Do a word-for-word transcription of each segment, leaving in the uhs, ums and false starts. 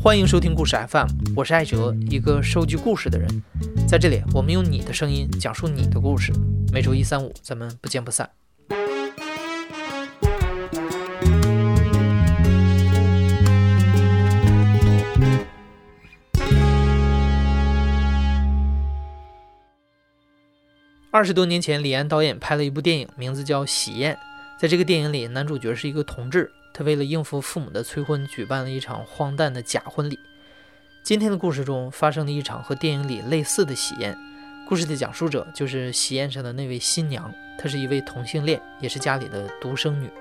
欢迎收听故事 F M， 我是艾哲，一个收集故事的人。在这里，我们用你的声音讲述你的故事。每周一、三、五，咱们不见不散。二十多年前，李安导演拍了一部电影，名字叫《喜宴》。在这个电影里，男主角是一个同志，他为了应付父母的催婚，举办了一场荒诞的假婚礼。今天的故事中发生了一场和电影里类似的喜宴，故事的讲述者就是喜宴上的那位新娘，她是一位同性恋，也是家里的独生女。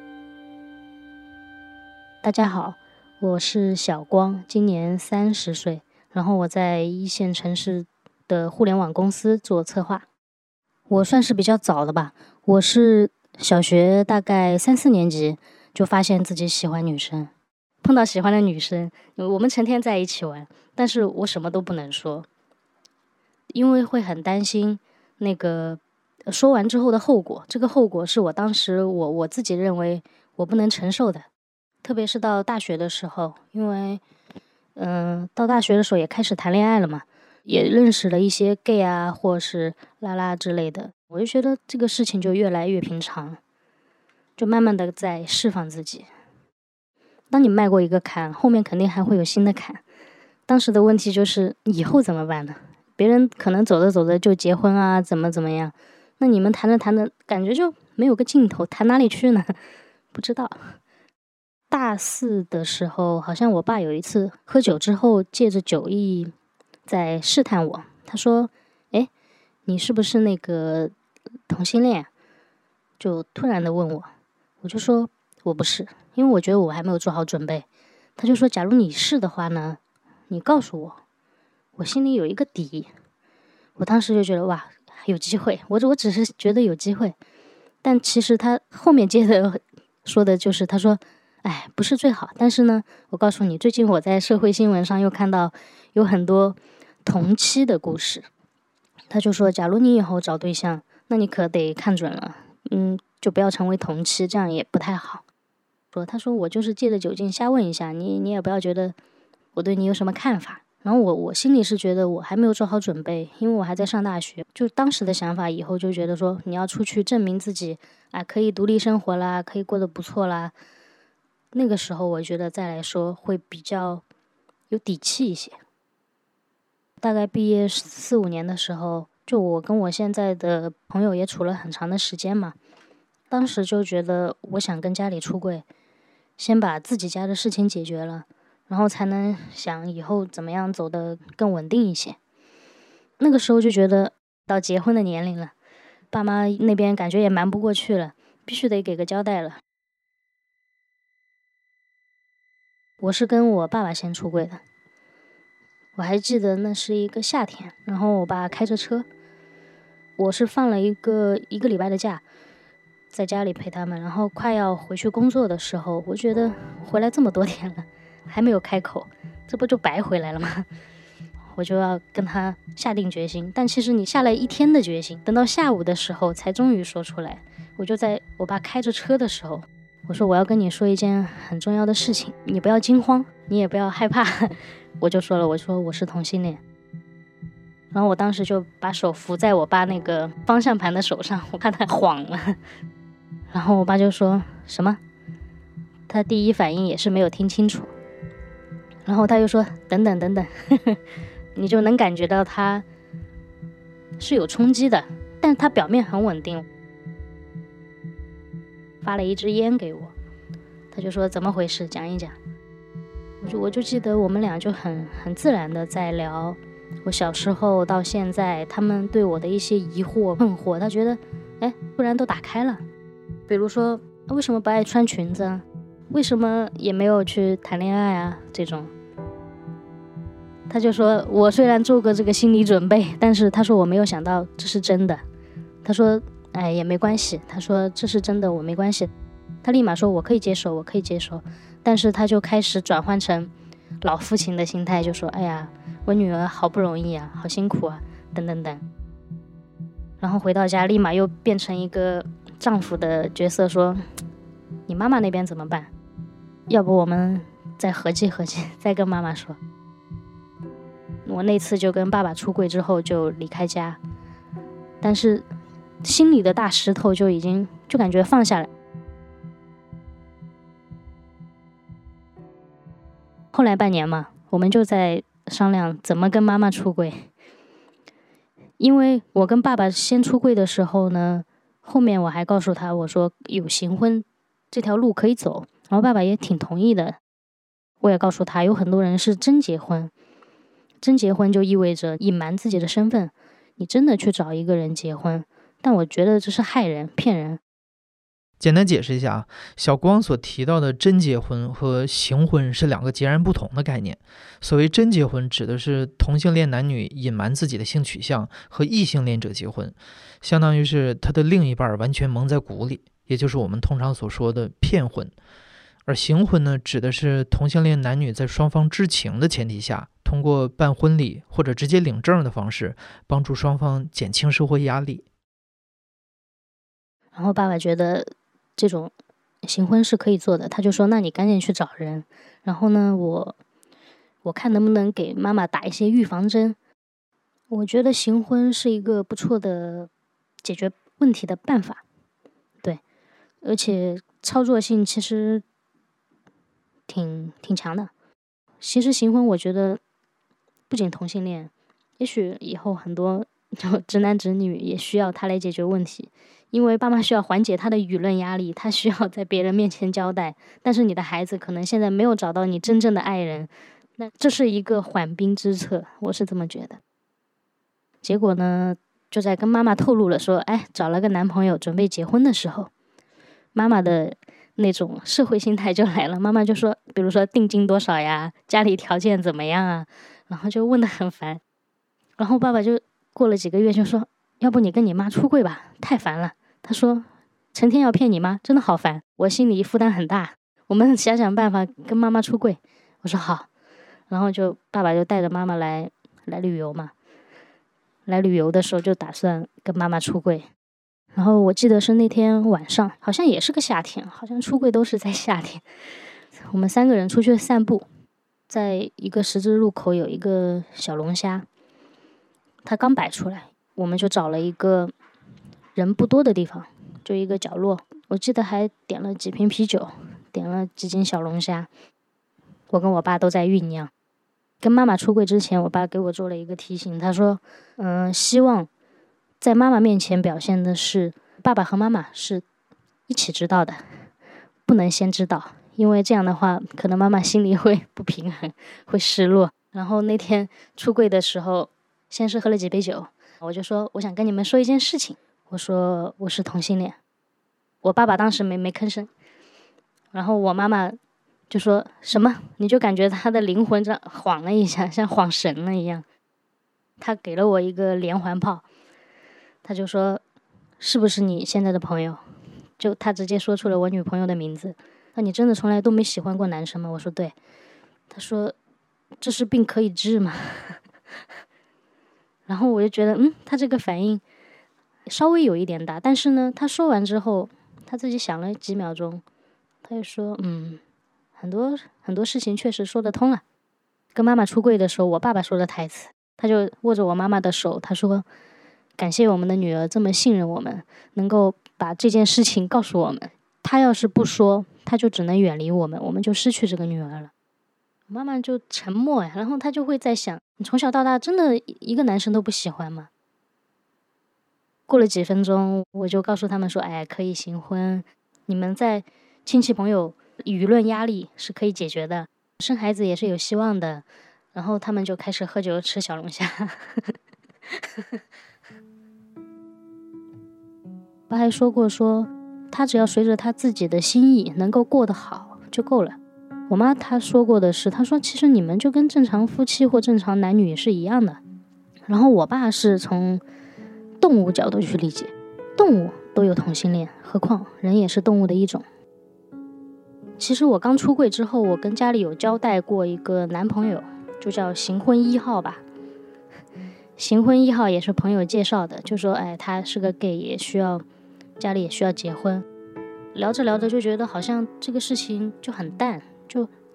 大家好，我是小光，今年三十岁，然后我在一线城市的互联网公司做策划。我算是比较早的吧，我是小学大概三四年级就发现自己喜欢女生，碰到喜欢的女生，我们成天在一起玩，但是我什么都不能说，因为会很担心那个说完之后的后果，这个后果是我当时我我自己认为我不能承受的。特别是到大学的时候，因为嗯、呃，到大学的时候也开始谈恋爱了嘛，也认识了一些 gay 啊或是拉拉之类的，我就觉得这个事情就越来越平常，就慢慢的在释放自己。当你迈过一个坎，后面肯定还会有新的坎。当时的问题就是以后怎么办呢？别人可能走着走着就结婚啊，怎么怎么样，那你们谈着谈着感觉就没有个尽头，谈哪里去呢？不知道。大四的时候，好像我爸有一次喝酒之后借着酒意在试探我，他说诶，你是不是那个同性恋？就突然的问我，我就说我不是，因为我觉得我还没有做好准备。他就说假如你是的话呢，你告诉我，我心里有一个底。我当时就觉得哇，有机会，我我只是觉得有机会，但其实他后面接着说的就是他说哎，不是最好，但是呢，我告诉你，最近我在社会新闻上又看到有很多同妻的故事。他就说假如你以后找对象，那你可得看准了，嗯，就不要成为同妻，这样也不太好。说他说我就是借着酒劲瞎问一下你，你也不要觉得我对你有什么看法。然后我我心里是觉得我还没有做好准备，因为我还在上大学。就当时的想法，以后就觉得说你要出去证明自己，啊，可以独立生活啦，可以过得不错啦。那个时候我觉得再来说会比较有底气一些。大概毕业四五年的时候，就我跟我现在的朋友也处了很长的时间嘛，当时就觉得我想跟家里出柜，先把自己家的事情解决了，然后才能想以后怎么样走得更稳定一些。那个时候就觉得到结婚的年龄了，爸妈那边感觉也瞒不过去了，必须得给个交代了。我是跟我爸爸先出柜的，我还记得那是一个夏天，然后我爸开着车，我是放了一个一个礼拜的假，在家里陪他们，然后快要回去工作的时候，我觉得回来这么多天了，还没有开口，这不就白回来了吗？我就要跟他下定决心，但其实你下了一天的决心，等到下午的时候才终于说出来。我就在我爸开着车的时候，我说我要跟你说一件很重要的事情，你不要惊慌，你也不要害怕。我就说了，我说我是同性恋。然后我当时就把手扶在我爸那个方向盘的手上，我怕他晃了。然后我爸就说什么？他第一反应也是没有听清楚。然后他又说等等等等，你就能感觉到他是有冲击的，但是他表面很稳定。发了一支烟给我，他就说怎么回事，讲一讲。我就我就记得我们俩就很很自然的在聊我小时候到现在他们对我的一些疑惑困惑，他觉得哎，突然都打开了。比如说为什么不爱穿裙子啊，为什么也没有去谈恋爱啊，这种。他就说我虽然做过这个心理准备，但是他说我没有想到这是真的。他说哎，也没关系，他说这是真的，我没关系。他立马说我可以接受，我可以接受。但是他就开始转换成老父亲的心态，就说哎呀，我女儿好不容易啊，好辛苦啊，等等等。然后回到家立马又变成一个丈夫的角色，说你妈妈那边怎么办？要不我们再合计合计，再跟妈妈说。我那次就跟爸爸出柜之后就离开家，但是心里的大石头就已经就感觉放下来。后来半年嘛，我们就在商量怎么跟妈妈出柜。因为我跟爸爸先出柜的时候呢，后面我还告诉他，我说有行婚这条路可以走，然后爸爸也挺同意的。我也告诉他，有很多人是真结婚，真结婚就意味着隐瞒自己的身份，你真的去找一个人结婚，但我觉得这是害人骗人。 简单解释一下啊，小光所提到的真结婚和行婚是两个截然不同的概念。所谓真结婚，指的是同性恋男女隐瞒自己的性取向和异性恋者结婚，相当于是他的另一半完全蒙在鼓里，也就是我们通常所说的骗婚。而行婚呢，指的是同性恋男女在双方知情的前提下，通过办婚礼或者直接领证的方式，帮助双方减轻社会压力。 然后爸爸觉得这种行婚是可以做的，他就说那你赶紧去找人，然后呢我我看能不能给妈妈打一些预防针。我觉得行婚是一个不错的解决问题的办法，对，而且操作性其实挺挺强的。其实行婚我觉得不仅同性恋，也许以后很多直男直女也需要它来解决问题，因为爸妈需要缓解他的舆论压力，他需要在别人面前交代，但是你的孩子可能现在没有找到你真正的爱人，那这是一个缓兵之策，我是这么觉得。结果呢，就在跟妈妈透露了说哎，找了个男朋友准备结婚的时候，妈妈的那种社会心态就来了。妈妈就说比如说定金多少呀，家里条件怎么样啊，然后就问得很烦。然后爸爸就过了几个月就说要不你跟你妈出柜吧，太烦了。他说成天要骗你妈真的好烦，我心里负担很大，我们想想办法跟妈妈出柜。我说好，然后就爸爸就带着妈妈来来旅游嘛。来旅游的时候就打算跟妈妈出柜。然后我记得是那天晚上，好像也是个夏天，好像出柜都是在夏天。我们三个人出去散步，在一个十字路口有一个小龙虾，它刚摆出来，我们就找了一个人不多的地方，就一个角落。我记得还点了几瓶啤酒，点了几斤小龙虾。我跟我爸都在酝酿。跟妈妈出柜之前，我爸给我做了一个提醒，他说嗯、呃，希望在妈妈面前表现的是爸爸和妈妈是一起知道的，不能先知道，因为这样的话可能妈妈心里会不平衡，会失落。然后那天出柜的时候，先是喝了几杯酒，我就说我想跟你们说一件事情，我说我是同性恋。我爸爸当时没没吭声，然后我妈妈就说什么，你就感觉他的灵魂这样晃了一下，像晃神了一样。他给了我一个连环炮，他就说是不是你现在的朋友，就他直接说出了我女朋友的名字。那你真的从来都没喜欢过男生吗？我说对。他说这是病可以治吗？然后我就觉得嗯，他这个反应稍微有一点大，但是呢他说完之后他自己想了几秒钟，他就说嗯，很多很多事情确实说得通了。跟妈妈出柜的时候，我爸爸说的台词，他就握着我妈妈的手，他说感谢我们的女儿这么信任我们，能够把这件事情告诉我们，她要是不说，她就只能远离我们，我们就失去这个女儿了。我妈妈就沉默，然后她就会在想，你从小到大真的一个男生都不喜欢吗？过了几分钟，我就告诉他们说哎，可以行婚，你们在亲戚朋友舆论压力是可以解决的，生孩子也是有希望的。然后他们就开始喝酒吃小龙虾。爸还说过说他只要随着他自己的心意能够过得好就够了。我妈她说过的是，她说其实你们就跟正常夫妻或正常男女是一样的。然后我爸是从动物角度去理解，动物都有同性恋，何况人也是动物的一种。其实我刚出柜之后，我跟家里有交代过一个男朋友，就叫行婚一号吧。行婚一号也是朋友介绍的，就说哎，他是个 gay， 也需要家里也需要结婚。聊着聊着就觉得好像这个事情就很淡，就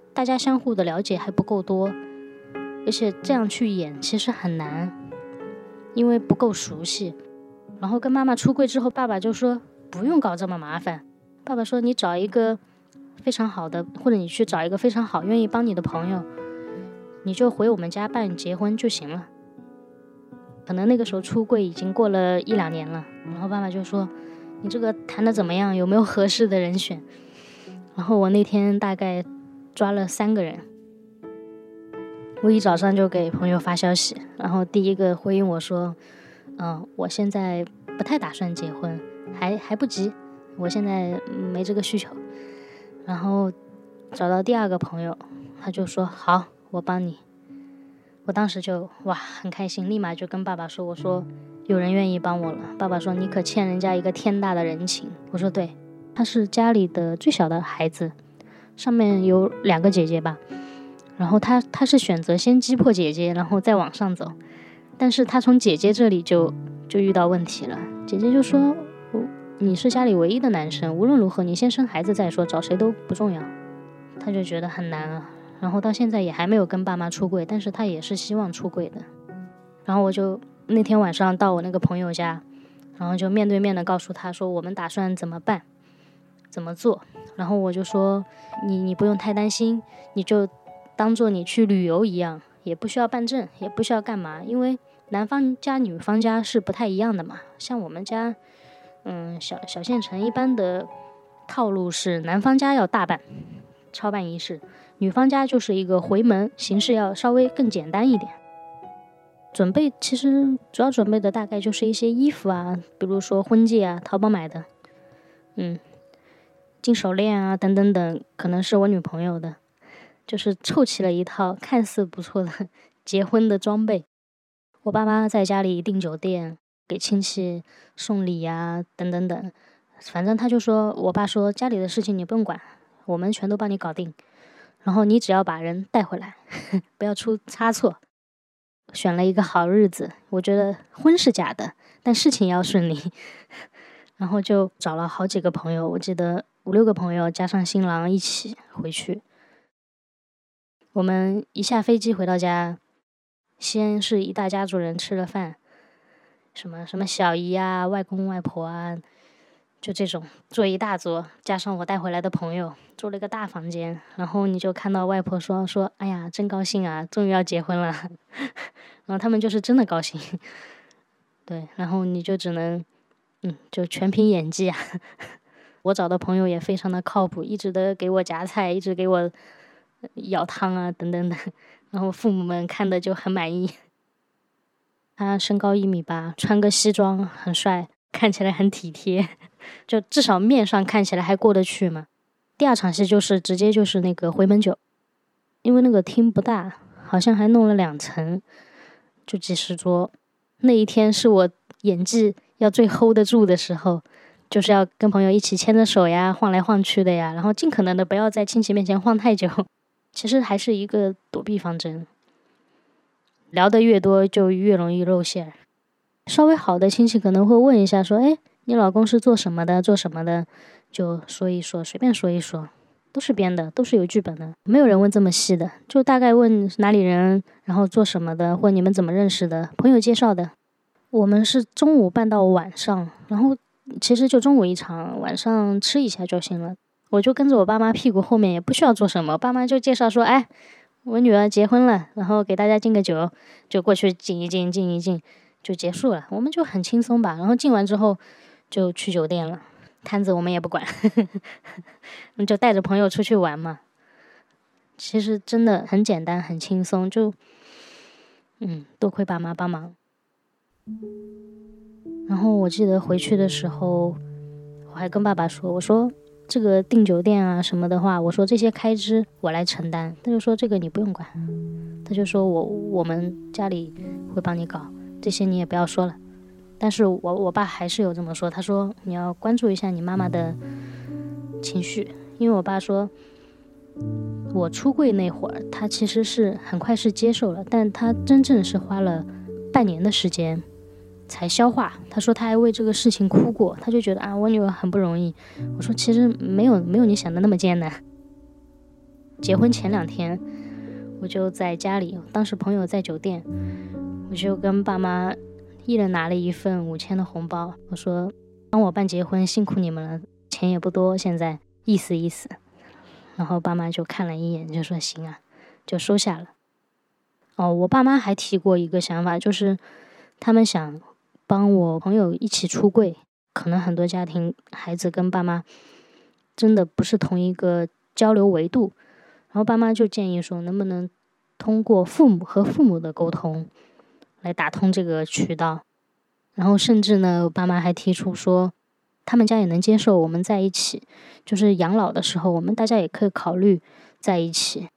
大家相互的了解还不够多，而且这样去演其实很难，因为不够熟悉。然后跟妈妈出柜之后，爸爸就说不用搞这么麻烦。爸爸说你找一个非常好的，或者你去找一个非常好愿意帮你的朋友，你就回我们家办结婚就行了。可能那个时候出柜已经过了一两年了，然后爸爸就说你这个谈的怎么样，有没有合适的人选。然后我那天大概抓了三个人，我一早上就给朋友发消息，然后第一个回应我说嗯，我现在不太打算结婚，还还不急，我现在没这个需求。然后找到第二个朋友，他就说好，我帮你。我当时就哇很开心，立马就跟爸爸说，我说有人愿意帮我了。爸爸说你可欠人家一个天大的人情。我说对，他是家里的最小的孩子，上面有两个姐姐吧，然后他他是选择先击破姐姐，然后再往上走，但是他从姐姐这里就就遇到问题了。姐姐就说你是家里唯一的男生，无论如何你先生孩子再说，找谁都不重要。他就觉得很难啊，然后到现在也还没有跟爸妈出柜，但是他也是希望出柜的。然后我就那天晚上到我那个朋友家，然后就面对面的告诉他说我们打算怎么办怎么做。然后我就说你你不用太担心，你就当做你去旅游一样，也不需要办证，也不需要干嘛，因为男方家女方家是不太一样的嘛。像我们家嗯小小县城一般的套路是男方家要大办操办仪式，女方家就是一个回门，形式要稍微更简单一点。准备其实主要准备的大概就是一些衣服啊，比如说婚戒啊，淘宝买的，嗯，金手链啊等等等，可能是我女朋友的，就是凑齐了一套看似不错的结婚的装备。我爸妈在家里订酒店，给亲戚送礼啊等等等，反正他就说，我爸说家里的事情你不用管，我们全都帮你搞定，然后你只要把人带回来不要出差错。选了一个好日子，我觉得婚是假的，但事情要顺利然后就找了好几个朋友，我记得五六个朋友加上新郎一起回去。我们一下飞机回到家，先是一大家族人吃了饭，什么什么小姨啊外公外婆啊，就这种坐一大桌，加上我带回来的朋友，住了一个大房间。然后你就看到外婆说说哎呀真高兴啊，终于要结婚了然后他们就是真的高兴对，然后你就只能嗯就全凭演技啊我找的朋友也非常的靠谱，一直的给我夹菜，一直给我舀汤啊等等等，然后父母们看的就很满意。他身高一米八，穿个西装很帅，看起来很体贴，就至少面上看起来还过得去嘛。第二场戏就是直接就是那个回门酒，因为那个厅不大，好像还弄了两层，就几十桌。那一天是我演技要最 hold 得住的时候，就是要跟朋友一起牵着手呀，晃来晃去的呀，然后尽可能的不要在亲戚面前晃太久，其实还是一个躲避方针。聊得越多就越容易露馅。稍微好的亲戚可能会问一下说，哎，你老公是做什么的做什么的，就说一说，随便说一说，都是编的，都是有剧本的，没有人问这么细的，就大概问哪里人，然后做什么的，或你们怎么认识的，朋友介绍的。我们是中午办到晚上，然后其实就中午一场，晚上吃一下就行了。我就跟着我爸妈屁股后面，也不需要做什么，爸妈就介绍说，哎，我女儿结婚了，然后给大家敬个酒，就过去敬一敬敬一敬就结束了，我们就很轻松吧。然后敬完之后就去酒店了，摊子我们也不管就带着朋友出去玩嘛。其实真的很简单很轻松，就嗯，多亏爸妈帮忙。然后我记得回去的时候，我还跟爸爸说，我说这个订酒店啊什么的话，我说这些开支我来承担。他就说这个你不用管，他就说我我们家里会帮你搞，这些你也不要说了。但是我我爸还是有这么说，他说你要关注一下你妈妈的情绪，因为我爸说我出柜那会儿他其实是很快是接受了，但他真正是花了半年的时间才消化。他说他还为这个事情哭过，他就觉得啊我女儿很不容易。我说其实没有没有你想的那么艰难。 结婚前两天，我就在家里，当时朋友在酒店，我就跟爸妈一人拿了一份五千的红包，我说帮我办结婚辛苦你们了，钱也不多，现在意思意思。然后爸妈就看了一眼，就说行啊，就收下了。哦，我爸妈还提过一个想法，就是他们想帮我朋友一起出柜。可能很多家庭孩子跟爸妈真的不是同一个交流维度，然后爸妈就建议说，能不能通过父母和父母的沟通来打通这个渠道。然后甚至呢，我爸妈还提出说，他们家也能接受我们在一起，就是养老的时候，我们大家也可以考虑在一起。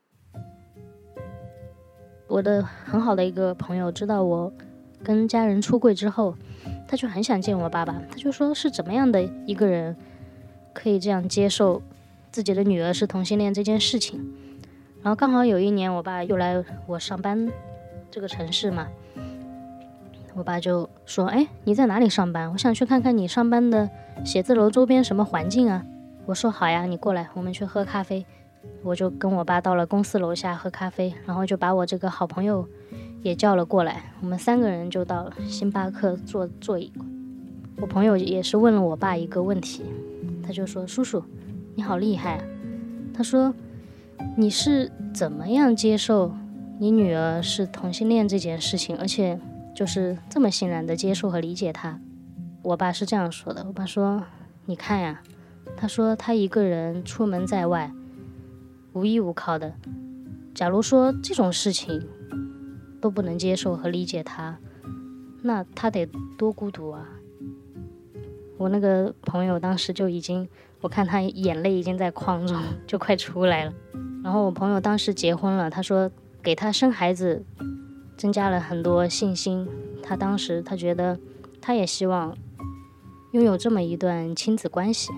我的很好的一个朋友知道我跟家人出柜之后，他就很想见我爸爸，他就说是怎么样的一个人可以这样接受自己的女儿是同性恋这件事情。然后刚好有一年我爸又来我上班这个城市嘛，我爸就说，哎，你在哪里上班？我想去看看你上班的写字楼周边什么环境啊。我说好呀，你过来，我们去喝咖啡。我就跟我爸到了公司楼下喝咖啡，然后就把我这个好朋友也叫了过来，我们三个人就到星巴克坐坐一会。我朋友也是问了我爸一个问题，他就说，叔叔你好厉害啊，他说你是怎么样接受你女儿是同性恋这件事情，而且就是这么欣然的接受和理解她。我爸是这样说的，我爸说，你看呀，他说他一个人出门在外无依无靠的，假如说这种事情都不能接受和理解他，那他得多孤独啊。我那个朋友当时就已经，我看他眼泪已经在眶中就快出来了。然后我朋友当时结婚了，他说给他生孩子增加了很多信心，他当时他觉得他也希望拥有这么一段亲子关系。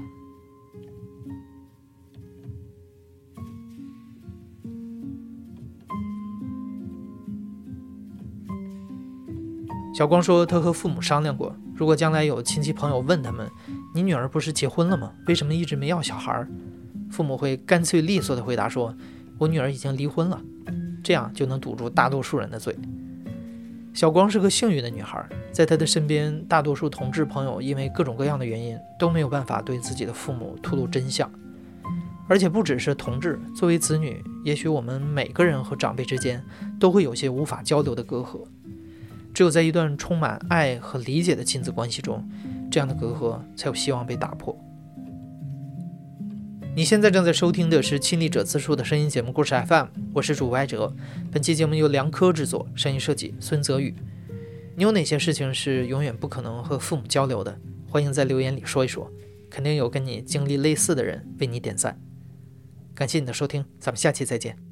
小光说他和父母商量过，如果将来有亲戚朋友问他们，你女儿不是结婚了吗？为什么一直没要小孩？父母会干脆利索地回答说，我女儿已经离婚了，这样就能堵住大多数人的嘴。小光是个幸运的女孩，在她的身边，大多数同志朋友因为各种各样的原因都没有办法对自己的父母吐露真相。而且不只是同志，作为子女，也许我们每个人和长辈之间都会有些无法交流的隔阂。只有在一段充满爱和理解的亲子关系中，这样的隔阂才有希望被打破。你现在正在收听的是亲历者自述的声音节目故事 F M， 我是主播艾哲。本期节目由梁科制作，声音设计孙泽宇。你有哪些事情是永远不可能和父母交流的？欢迎在留言里说一说，肯定有跟你经历类似的人为你点赞。感谢你的收听，咱们下期再见。